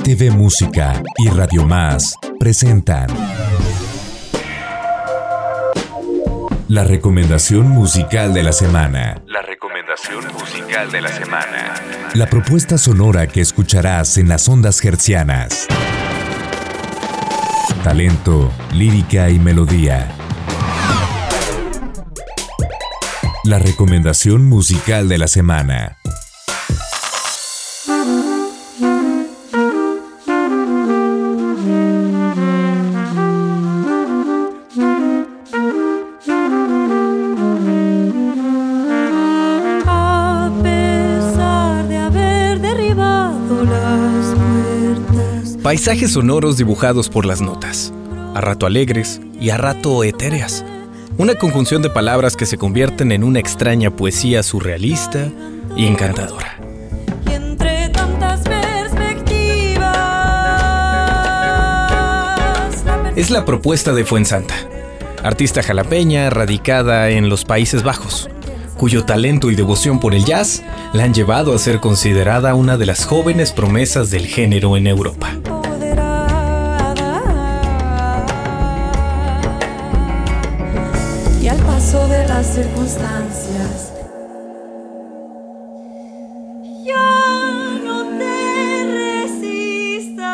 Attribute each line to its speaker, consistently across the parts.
Speaker 1: TV Música y Radio Más presentan la recomendación musical de la semana. La propuesta sonora que escucharás en las ondas hertzianas. Talento, lírica y melodía. La recomendación musical de la semana.
Speaker 2: Paisajes sonoros dibujados por las notas, a rato alegres y a rato etéreas. Una conjunción de palabras que se convierten en una extraña poesía surrealista y encantadora.
Speaker 3: Y entre tantas perspectivas,
Speaker 2: Es la propuesta de Fuensanta, artista jalapeña radicada en los Países Bajos, cuyo talento y devoción por el jazz la han llevado a ser considerada una de las jóvenes promesas del género en Europa.
Speaker 3: y al paso de las circunstancias, ya no te resistas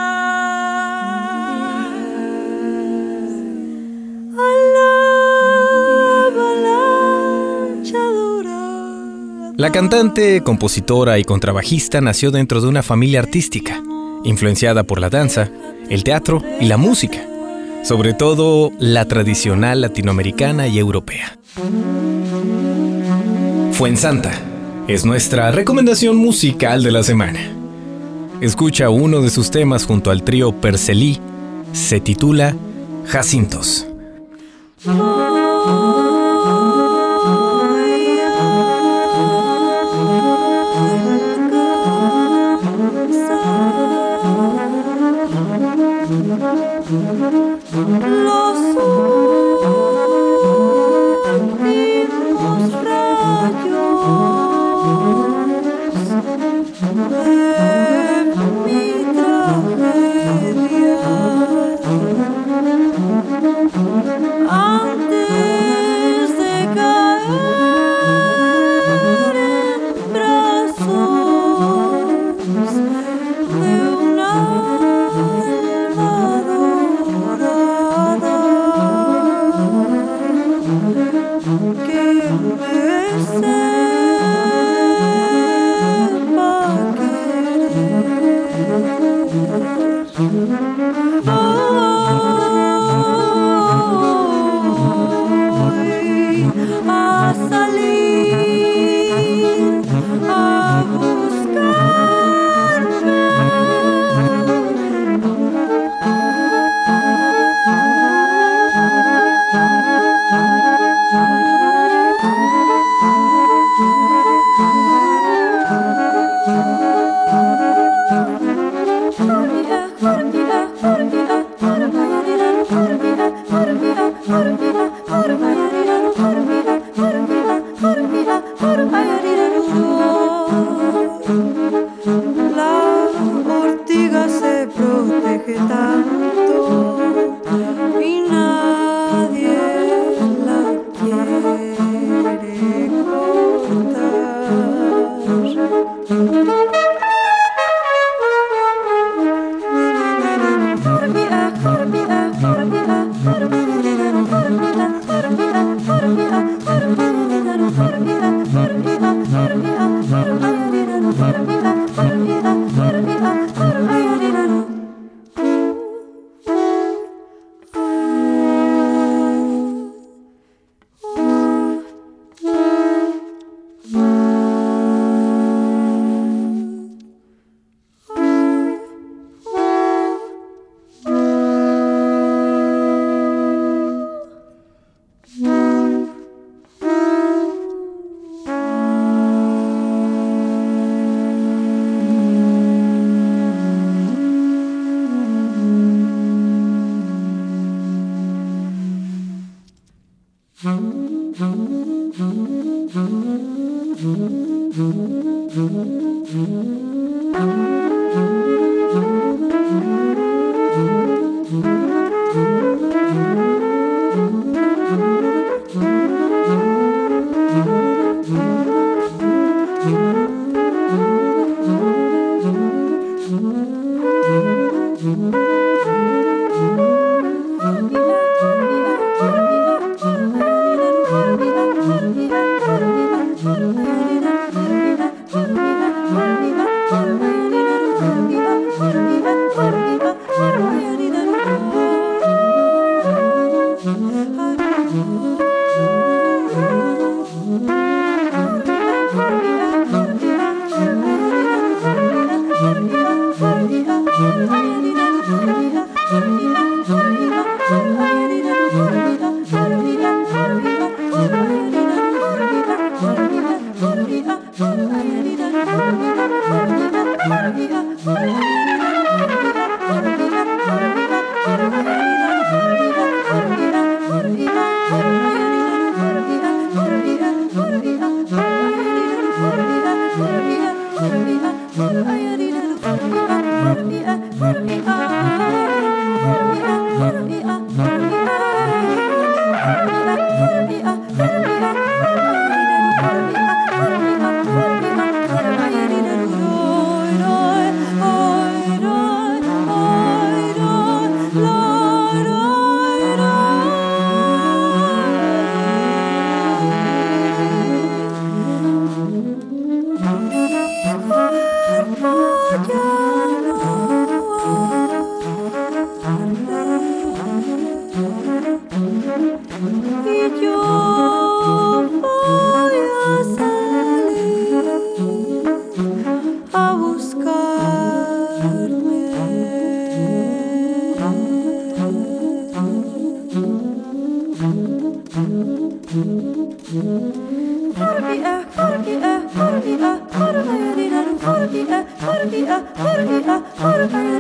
Speaker 3: a la avalancha dorada.
Speaker 2: La cantante, compositora y contrabajista nació dentro de una familia artística, influenciada por la danza, el teatro y la música, sobre todo la tradicional latinoamericana y europea. Fuensanta es nuestra recomendación musical de la semana. Escucha uno de sus temas junto al trío Percelí, se titula Jacintos.
Speaker 3: Los últimos rayos de mi tragedia, antes de caer en brazos de una que me sepa querer. Voy a salir a la ortiga se protege tanto y nadie la quiere Forgia,